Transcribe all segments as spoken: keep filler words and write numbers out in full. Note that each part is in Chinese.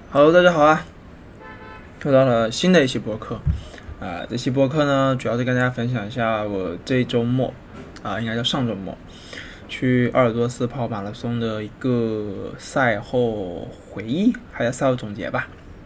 Hello，大家好啊！又到了新的一期播客啊、呃，这期播客呢，主要是跟大家分享一下我这一周末啊、呃，应该叫上周末去鄂尔多斯跑马拉松的一个赛后回忆，还有赛后总结吧。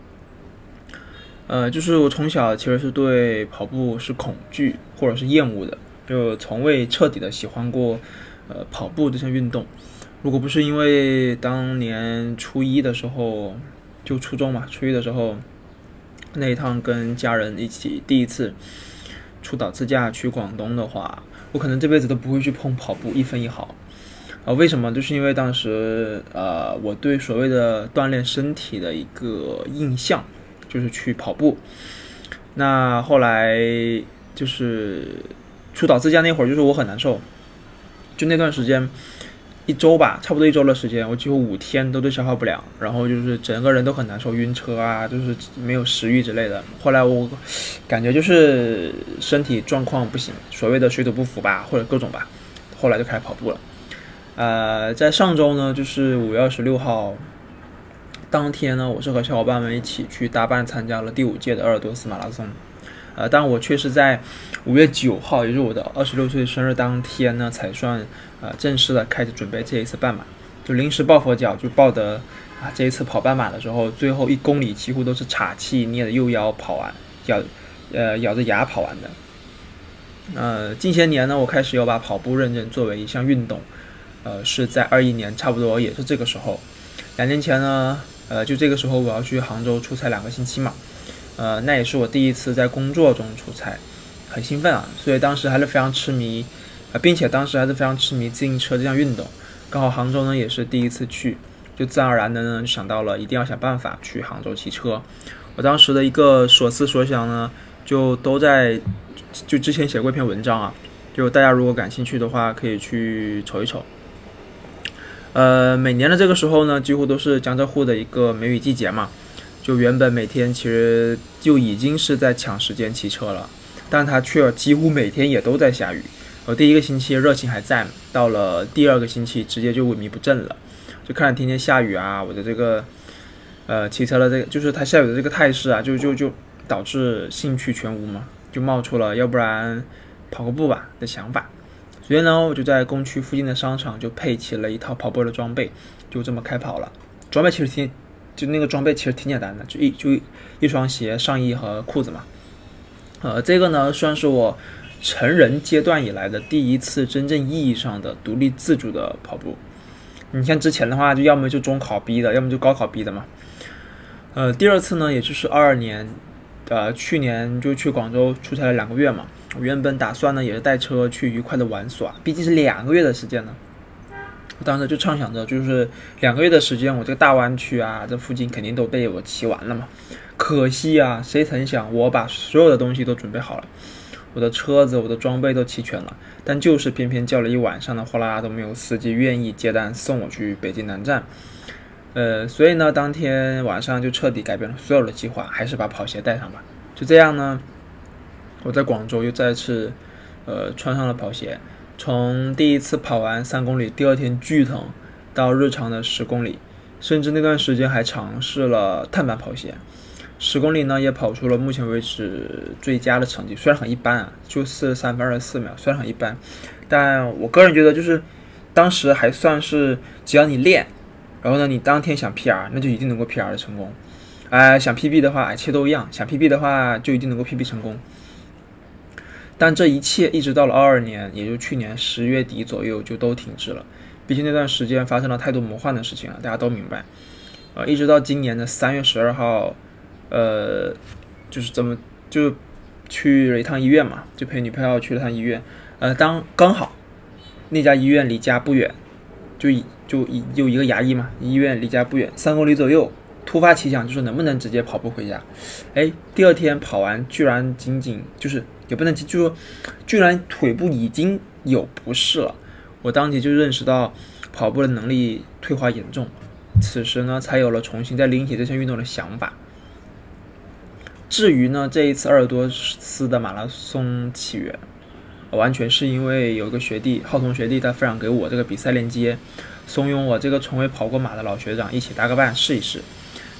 呃，就是我从小其实是对跑步是恐惧或者是厌恶的，就从未彻底的喜欢过呃跑步这项运动。如果不是因为当年初一的时候。就初中嘛，初一的时候，那一趟跟家人一起第一次出岛自驾去广东的话，我可能这辈子都不会去碰跑步一分一毫。啊、呃，为什么？就是因为当时呃，我对所谓的锻炼身体的一个印象就是去跑步。那后来就是出岛自驾那会儿，就是我很难受，就那段时间。一周吧，差不多一周的时间，我几乎五天都对消化不良，然后就是整个人都很难受，晕车啊，就是没有食欲之类的。后来我感觉就是身体状况不行，所谓的水土不服吧，或者各种吧。后来就开始跑步了。呃，在上周呢，就是五月二十六号当天呢，我是和小伙伴们一起去搭伴参加了第五届的鄂尔多斯马拉松。呃，但我却是在五月九号，也就是我的二十六岁生日当天呢，才算呃正式的开始准备这一次半马。就临时抱佛脚，就抱得啊这一次跑半马的时候，最后一公里几乎都是岔气捏着右腰跑完，咬呃咬着牙跑完的。呃，近些年呢，我开始有把跑步认真作为一项运动，呃，是在二一年，差不多也是这个时候。两年前呢，呃，就这个时候我要去杭州出差两个星期嘛。呃，那也是我第一次在工作中出差，很兴奋啊，所以当时还是非常痴迷，呃，并且当时还是非常痴迷自行车这项运动。刚好杭州呢也是第一次去，就自然而然的呢就想到了一定要想办法去杭州骑车。我当时的一个所思所想呢，就都在就之前写过一篇文章啊，就大家如果感兴趣的话，可以去瞅一瞅。呃，每年的这个时候呢，几乎都是江浙沪的一个梅雨季节嘛。就原本每天其实就已经是在抢时间骑车了，但它却几乎每天也都在下雨。我第一个星期热情还在，到了第二个星期直接就萎靡不振了。就看着天天下雨啊，我的这个呃骑车的这个就是它下雨的这个态势啊，就就就导致兴趣全无嘛，就冒出了要不然跑个步吧的想法。所以呢，我就在工区附近的商场就配齐了一套跑步的装备，就这么开跑了。装备其实挺。就那个装备其实挺简单的，就一就一双鞋、上衣和裤子嘛。呃，这个呢算是我成人阶段以来的第一次真正意义上的独立自主的跑步。你像之前的话，就要么就中考逼的，要么就高考逼的嘛。呃，第二次呢，也就是二二年，呃，去年就去广州出差了两个月嘛。我原本打算呢也是带车去愉快的玩耍，毕竟是两个月的时间呢。我当时就畅想着，就是两个月的时间，我这个大湾区啊，这附近肯定都被我骑完了嘛。可惜啊，谁曾想我把所有的东西都准备好了，我的车子、我的装备都齐全了，但就是偏偏叫了一晚上的货拉都没有司机愿意接单送我去北京南站。呃，所以呢，当天晚上就彻底改变了所有的计划，还是把跑鞋带上吧。就这样呢，我在广州又再次呃穿上了跑鞋。从第一次跑完三公里，第二天巨疼，到日常的十公里，甚至那段时间还尝试了碳板跑鞋。十公里呢，也跑出了目前为止最佳的成绩，虽然很一般啊，就四十三分二十四秒，虽然很一般，但我个人觉得就是当时还算是只要你练，然后呢，你当天想 P R， 那就一定能够 P R 的成功。哎、呃，想 P B 的话，一切都一样，想 P B 的话就一定能够 P B 成功。但这一切一直到了二二年，也就去年十月底左右就都停滞了。毕竟那段时间发生了太多魔幻的事情了，大家都明白。呃，一直到今年的三月十二号，呃，就是这么就去了一趟医院嘛，就陪女朋友去了趟医院。呃，当刚好那家医院离家不远，就就有一个牙医嘛，医院离家不远，三公里左右。突发奇想，就是能不能直接跑步回家？哎，第二天跑完，居然仅仅就是也不能就说，居然腿部已经有不适了。我当即就认识到跑步的能力退化严重，此时呢，才有了重新再拎起这项运动的想法。至于呢，这一次鄂尔多斯的马拉松起源，完全是因为有一个学弟，浩彤学弟，他分享给我这个比赛链接，怂恿我这个从未跑过马的老学长一起搭个伴试一试。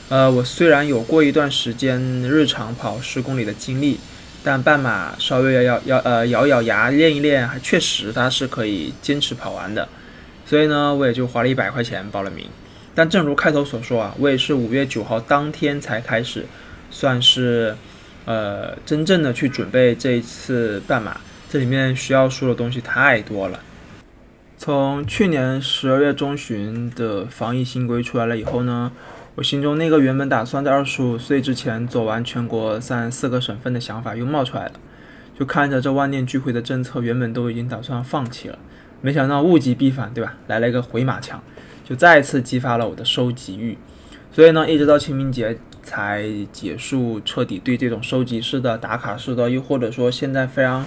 呃，我虽然有过一段时间日常跑十公里的经历，但半马稍微咬咬呃咬咬牙练一练，还确实它是可以坚持跑完的。所以呢，我也就花了一百块钱报了名。但正如开头所说啊，我也是五月九号当天才开始，算是呃真正的去准备这一次半马。这里面需要说的东西太多了。从去年十二月中旬的防疫新规出来了以后呢，我心中那个原本打算在二十五岁之前走完全国三十四个省份的想法又冒出来了。就看着这万念俱灰的政策，原本都已经打算放弃了，没想到物极必反，对吧？来了一个回马枪，就再次激发了我的收集欲。所以呢，一直到清明节才结束彻底对这种收集式的、打卡式的，又或者说现在非常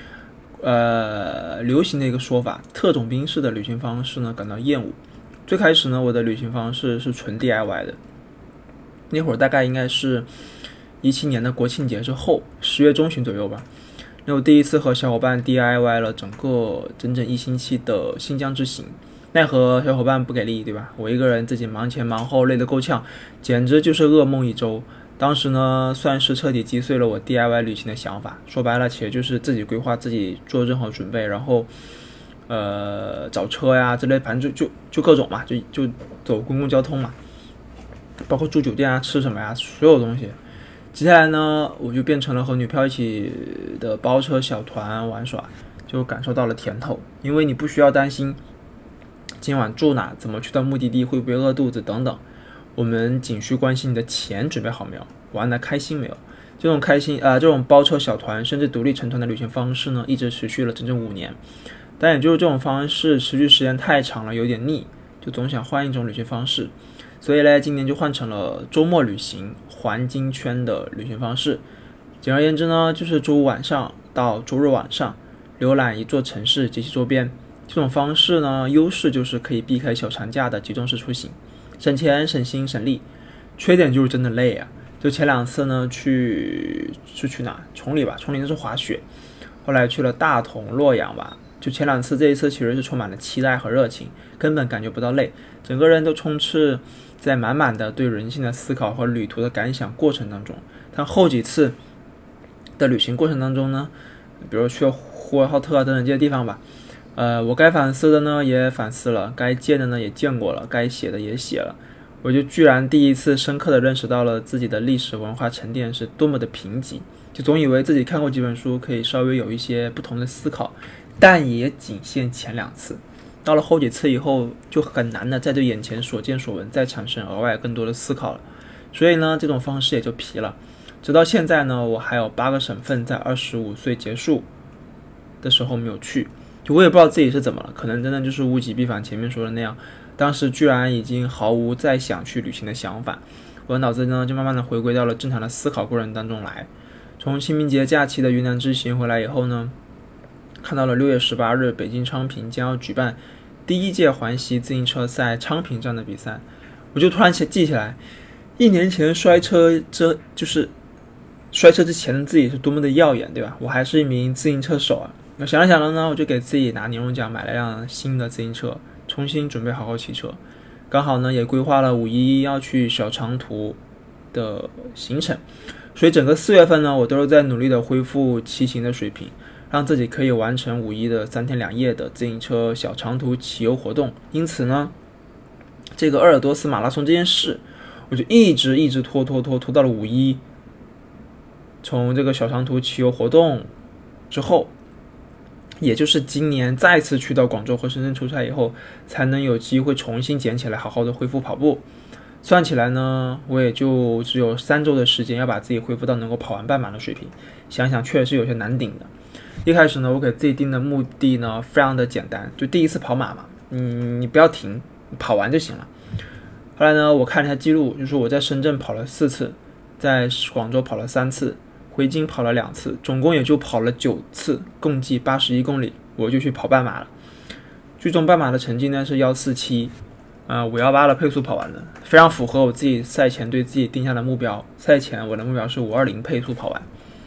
呃流行的一个说法，特种兵式的旅行方式呢感到厌恶。最开始呢，我的旅行方式是纯 D I Y 的，那会儿大概应该是一七年的国庆节之后，十月中旬左右吧。那我第一次和小伙伴 D I Y 了整个整整一星期的新疆之行，奈何小伙伴不给力，对吧？我一个人自己忙前忙后，累得够呛，简直就是噩梦一周。当时呢，算是彻底击碎了我 D I Y 旅行的想法。说白了，其实就是自己规划，自己做任何准备，然后呃找车呀之类，反正就就就各种嘛，就就走公共交通嘛，包括住酒店啊、吃什么呀，所有东西。接下来呢，我就变成了和女票一起的包车小团玩耍，就感受到了甜头。因为你不需要担心今晚住哪、怎么去到目的地、会不会饿肚子等等，我们仅需关心你的钱准备好没有，玩得开心没有。这种开心呃，这种包车小团甚至独立成团的旅行方式呢，一直持续了整整五年。但也就是这种方式持续时间太长了，有点腻，就总想换一种旅行方式。所以呢，今年就换成了周末旅行环京圈的旅行方式。简而言之呢，就是周五晚上到周日晚上浏览一座城市及其周边。这种方式呢，优势就是可以避开小长假的集中式出行，省钱省心省力。缺点就是真的累啊！就前两次呢，去是去哪？崇礼吧，崇礼那是滑雪。后来去了大同、洛阳吧。就前两次，这一次其实是充满了期待和热情，根本感觉不到累，整个人都充斥在满满的对人性的思考和旅途的感想过程当中。但后几次的旅行过程当中呢，比如去呼和浩特啊等等这些地方吧，呃，我该反思的呢也反思了，该见的呢也见过了，该写的也写了。我就居然第一次深刻的认识到了自己的历史文化沉淀是多么的贫瘠。就总以为自己看过几本书可以稍微有一些不同的思考，但也仅限前两次。到了后几次以后，就很难的再对眼前所见所闻再产生额外更多的思考了。所以呢，这种方式也就疲了。直到现在呢，我还有八个省份在二十五岁结束的时候没有去。就我也不知道自己是怎么了，可能真的就是物极必反前面说的那样，当时居然已经毫无再想去旅行的想法。我的脑子呢就慢慢的回归到了正常的思考过程当中来。从清明节假期的云南之行回来以后呢，看到了六月十八日北京昌平将要举办第一届环西自行车赛昌平站的比赛，我就突然记起来，一年前摔车这就是摔车之前的自己是多么的耀眼，对吧？我还是一名自行车手啊。我想了想了呢，我就给自己拿年终奖买了辆新的自行车，重新准备好好骑车。刚好呢也规划了五一要去小长途的行程。所以整个四月份呢，我都是在努力的恢复骑行的水平，让自己可以完成五一的三天两夜的自行车小长途骑游活动。因此呢，这个鄂尔多斯马拉松这件事，我就一直一直拖拖拖拖到了五一。从这个小长途骑游活动之后，也就是今年再次去到广州和深圳出差以后，才能有机会重新捡起来，好好的恢复跑步。算起来呢，我也就只有三周的时间要把自己恢复到能够跑完半马的水平，想想确实有些难顶的。一开始呢，我给自己定的目的呢非常的简单，就第一次跑马嘛，嗯，你不要停，跑完就行了。后来呢，我看了一下记录，就是我在深圳跑了四次，在广州跑了三次，回京跑了两次，总共也就跑了九次，共计八十一公里，我就去跑半马了。最终半马的成绩呢是一四七。呃，五一八的配速跑完的，非常符合我自己赛前对自己定下的目标。赛前我的目标是五二零配速跑完。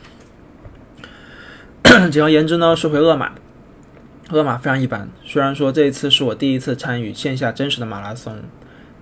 简而言之呢，说回鄂马，鄂马非常一般。虽然说这一次是我第一次参与线下真实的马拉松，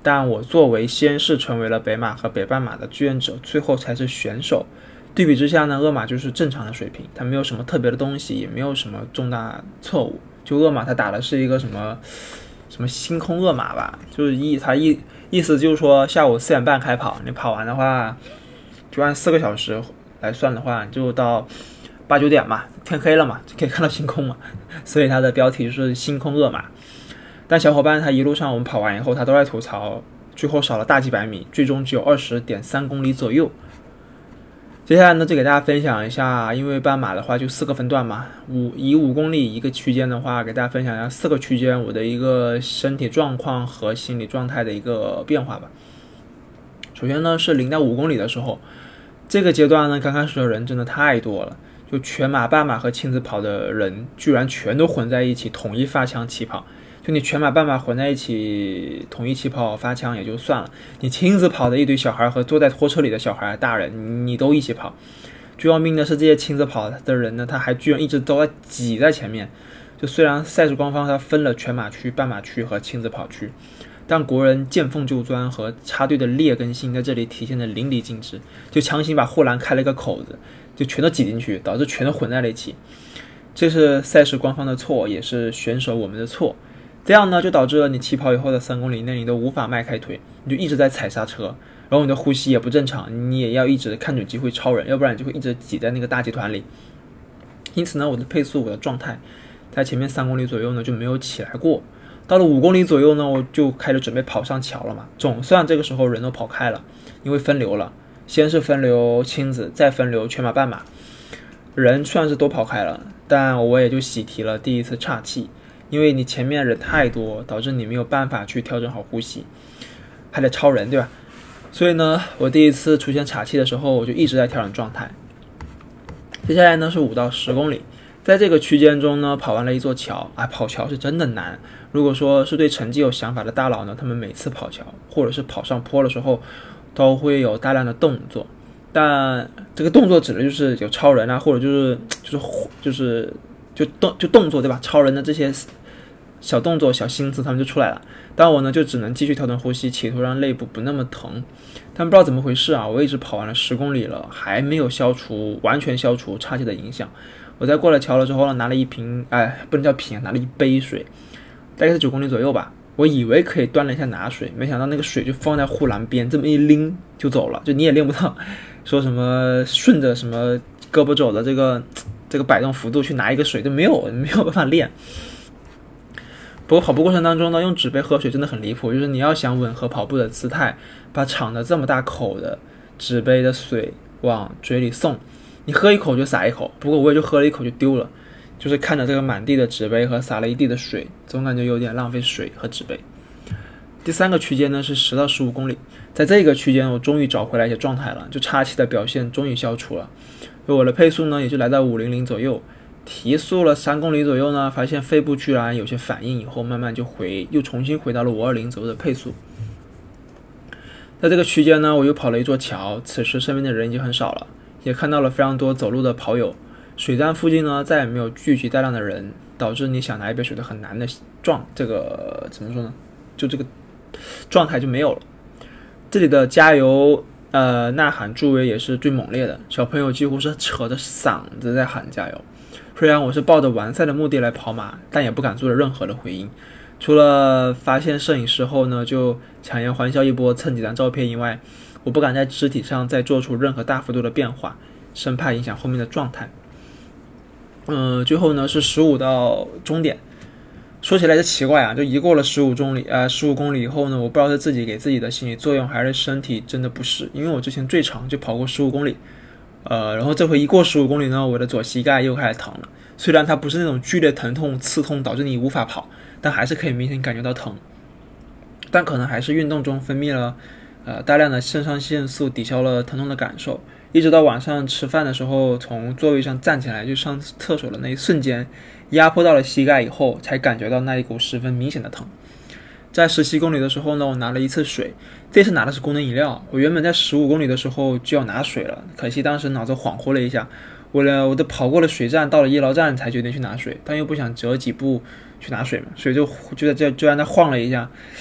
但我作为先是成为了北马和北半马的志愿者，最后才是选手。对比之下呢，鄂马就是正常的水平，它没有什么特别的东西，也没有什么重大错误。就鄂马它打的是一个什么什么星空鄂马吧，就是意它意意思就是说下午四点半开跑，你跑完的话，就按四个小时来算的话，就到八九点嘛，天黑了嘛，就可以看到星空嘛，所以它的标题是星空鄂马。但小伙伴他一路上我们跑完以后，他都在吐槽，最后少了大几百米，最终只有二十点三公里左右。接下来呢，就给大家分享一下，因为半马的话就四个分段嘛，五以五公里一个区间的话，给大家分享一下四个区间我的一个身体状况和心理状态的一个变化吧。首先呢，是零到五公里的时候，这个阶段呢，刚开始的人真的太多了，就全马、半马和亲子跑的人居然全都混在一起，统一发枪起跑。就你全马半马混在一起统一起跑发枪也就算了，你亲子跑的一堆小孩和坐在拖车里的小孩大人你都一起跑。最要命的是这些亲子跑的人呢，他还居然一直都在挤在前面。就虽然赛事官方他分了全马区、半马区和亲子跑区，但国人见缝就钻和插队的劣根性在这里体现的淋漓尽致，就强行把护栏开了一个口子，就全都挤进去，导致全都混在了一起。这是赛事官方的错，也是选手我们的错。这样呢，就导致了你起跑以后的三公里内，你都无法迈开腿，你就一直在踩刹车，然后你的呼吸也不正常，你也要一直看准机会超人，要不然你就会一直挤在那个大集团里。因此呢，我的配速、我的状态，在前面三公里左右呢就没有起来过。到了五公里左右呢，我就开始准备跑上桥了嘛。总算这个时候人都跑开了，因为分流了，先是分流亲子，再分流全马、半马，人算是都跑开了，但我也就喜提了第一次岔气。因为你前面人太多，导致你没有办法去调整好呼吸，还得超人，对吧？所以呢，我第一次出现岔气的时候，我就一直在调整状态。接下来呢是五到十公里，在这个区间中呢，跑完了一座桥，啊，跑桥是真的难。如果说是对成绩有想法的大佬呢，他们每次跑桥或者是跑上坡的时候，都会有大量的动作，但这个动作指的就是有超人啊，或者就是就是就是就动就动作，对吧？超人的这些小动作、小心思他们就出来了，但我呢就只能继续调整呼吸，企图让肋部不那么疼。但不知道怎么回事啊，我一直跑完了十公里了，还没有消除完全消除岔气的影响。我在过了桥了之后呢，拿了一瓶，哎，不能叫瓶，拿了一杯水，大概是九公里左右吧。我以为可以端了一下拿水，没想到那个水就放在护栏边，这么一拎就走了，就你也拎不到，说什么顺着什么胳膊肘的这个这个摆动幅度去拿一个水都没有，没有办法练。不过跑步过程当中呢，用纸杯喝水真的很离谱，就是你要想吻合跑步的姿态，把敞的这么大口的纸杯的水往嘴里送，你喝一口就洒一口，不过我也就喝了一口就丢了，就是看着这个满地的纸杯和洒了一地的水，总感觉有点浪费水和纸杯。第三个区间呢是十到十五公里，在这个区间我终于找回来一些状态了，就岔气的表现终于消除了，我的配速呢也就来到五零零左右。提速了三公里左右呢，发现肺部居然有些反应，以后慢慢就回又重新回到了五二零左右的配速。在这个区间呢，我又跑了一座桥，此时身边的人已经很少了，也看到了非常多走路的跑友。水站附近呢再也没有聚集大量的人，导致你想拿一杯水都很难的状这个怎么说呢？就这个状态就没有了。这里的加油呃呐喊助威也是最猛烈的，小朋友几乎是扯着嗓子在喊加油。虽然我是抱着完赛的目的来跑马，但也不敢做了任何的回应，除了发现摄影师后呢就强颜欢笑一波蹭几张照片以外，我不敢在肢体上再做出任何大幅度的变化，生怕影响后面的状态。嗯、呃，最后呢是十五到终点。说起来是奇怪啊，就一过了十五公里呃十五公里以后呢，我不知道是自己给自己的心理作用还是身体真的不适，因为我之前最长就跑过十五公里。呃，然后这回一过十五公里呢，我的左膝盖又开始疼了。虽然它不是那种剧烈疼痛、刺痛导致你无法跑，但还是可以明显感觉到疼。但可能还是运动中分泌了呃大量的肾上腺素，抵消了疼痛的感受。一直到晚上吃饭的时候，从座位上站起来去上厕所的那一瞬间，压迫到了膝盖以后，才感觉到那一股十分明显的疼。在十七公里的时候呢，我拿了一次水，这次拿的是功能饮料。我原本在十五公里的时候就要拿水了，可惜当时脑子恍惚了一下，为了我都跑过了水站，到了医疗站才决定去拿水，但又不想折几步去拿水嘛，所以就就在这就在那晃了一下，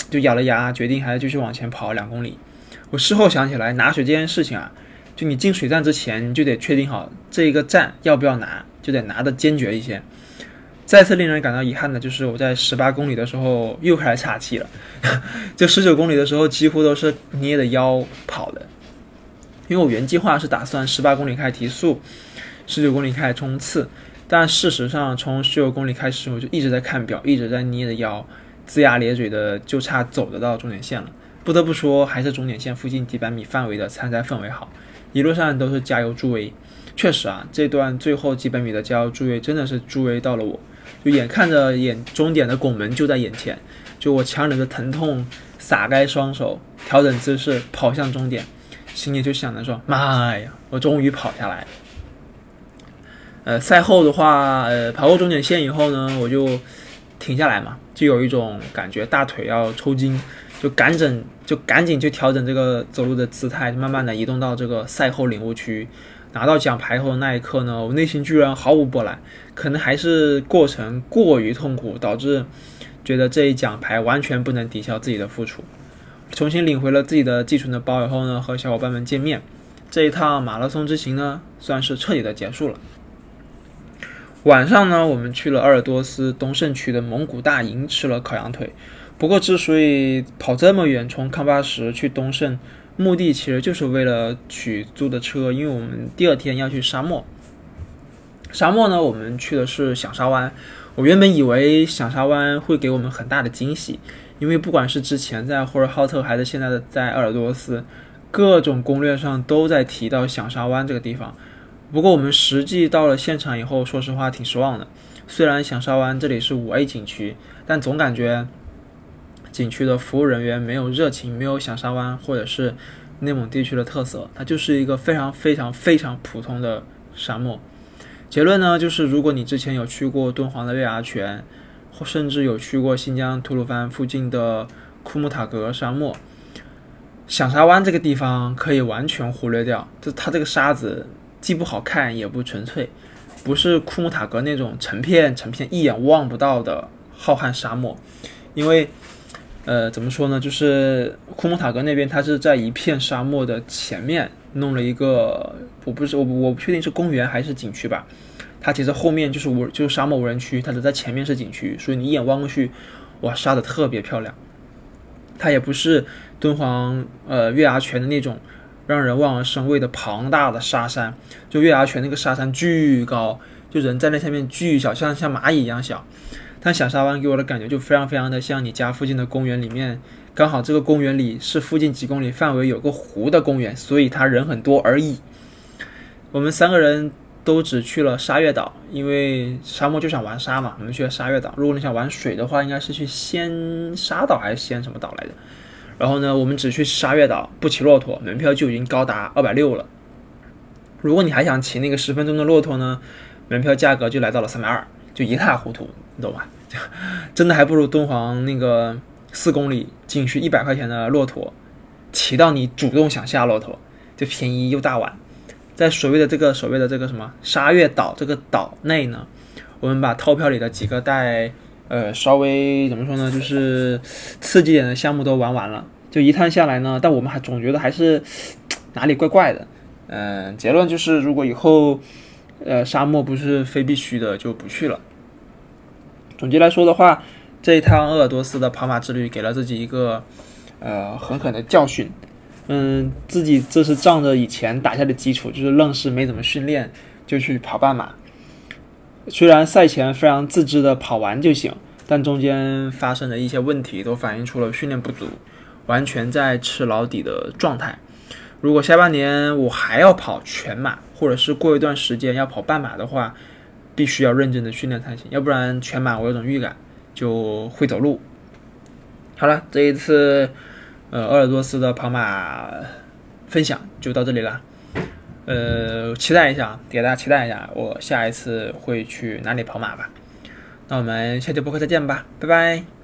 就咬了牙，决定还是继续往前跑两公里。我事后想起来，拿水这件事情啊，就你进水站之前，你就得确定好这一个站要不要拿，就得拿的坚决一些。再次令人感到遗憾的就是我在十八公里的时候又开始岔气了，就十九公里的时候几乎都是捏着腰跑的，因为我原计划是打算十八公里开始提速，十九公里开始冲刺，但事实上从十九公里开始我就一直在看表，一直在捏着腰，龇牙咧嘴的，就差走得到终点线了。不得不说，还是终点线附近几百米范围的参赛氛围好，一路上都是加油助威。确实啊，这段最后几百米的加油助威真的是助威到了我，就眼看着眼终点的拱门就在眼前，就我强忍着疼痛撒开双手，调整姿势跑向终点，心里就想着说：妈呀，我终于跑下来了。呃，赛后的话，呃，跑过终点线以后呢，我就停下来嘛，就有一种感觉大腿要抽筋，就赶紧就赶紧去调整这个走路的姿态，慢慢的移动到这个赛后领悟区。拿到奖牌后的那一刻呢，我内心居然毫无波澜，可能还是过程过于痛苦，导致觉得这一奖牌完全不能抵消自己的付出。重新领回了自己的寄存的包以后呢，和小伙伴们见面，这一趟马拉松之行呢，算是彻底的结束了。晚上呢，我们去了鄂尔多斯东胜区的蒙古大营吃了烤羊腿。不过之所以跑这么远，从康巴什去东胜，目的其实就是为了取租的车，因为我们第二天要去沙漠。沙漠呢，我们去的是响沙湾。我原本以为响沙湾会给我们很大的惊喜，因为不管是之前在呼和浩特还是现在的在鄂尔多斯，各种攻略上都在提到响沙湾这个地方。不过我们实际到了现场以后，说实话挺失望的。虽然响沙湾这里是 五 A 景区，但总感觉景区的服务人员没有热情，没有响沙湾或者是内蒙地区的特色，它就是一个非常非常非常普通的沙漠。结论呢，就是如果你之前有去过敦煌的月牙泉，或甚至有去过新疆吐鲁番附近的库木塔格沙漠，响沙湾这个地方可以完全忽略掉，就它这个沙子既不好看也不纯粹，不是库木塔格那种成片成片一眼望不到的浩瀚沙漠。因为呃怎么说呢，就是库木塔格那边它是在一片沙漠的前面弄了一个，我不是我我不确定是公园还是景区吧，它其实后面就是无就是沙漠无人区，它的在前面是景区，所以你一眼望过去，哇，沙的特别漂亮。它也不是敦煌呃月牙泉的那种让人望而生畏的庞大的沙山，就月牙泉那个沙山巨高，就人在那下面巨小，像像蚂蚁一样小。但响沙湾给我的感觉就非常非常的像你家附近的公园里面，刚好这个公园里是附近几公里范围有个湖的公园，所以它人很多而已。我们三个人都只去了沙月岛，因为沙漠就想玩沙嘛，我们去了沙月岛。如果你想玩水的话，应该是去仙沙岛还是仙什么岛来的。然后呢，我们只去沙月岛，不骑骆驼，门票就已经高达二百六十了。如果你还想骑那个十分钟的骆驼呢，门票价格就来到了三百二，就一塌糊涂，你懂吧？真的还不如敦煌那个四公里仅需一百块钱的骆驼，骑到你主动想下骆驼，就便宜又大碗。在所谓的这个所谓的这个什么沙月岛这个岛内呢，我们把套票里的几个带呃稍微怎么说呢，就是刺激点的项目都玩完了，就一趟下来呢，但我们还总觉得还是哪里怪怪的。嗯、呃，结论就是如果以后呃沙漠不是非必须的就不去了。总结来说的话，这一趟鄂尔多斯的跑马之旅给了自己一个呃狠狠的教训。嗯，自己这是仗着以前打下的基础，就是愣是没怎么训练就去跑半马。虽然赛前非常自知的跑完就行，但中间发生的一些问题都反映出了训练不足，完全在吃老底的状态。如果下半年我还要跑全马，或者是过一段时间要跑半马的话，必须要认真的训练才行，要不然全马我有种预感就会走路。好了，这一次呃鄂尔多斯的跑马分享就到这里了。呃，期待一下，给大家期待一下，我下一次会去哪里跑马吧。那我们下期播客再见吧，拜拜。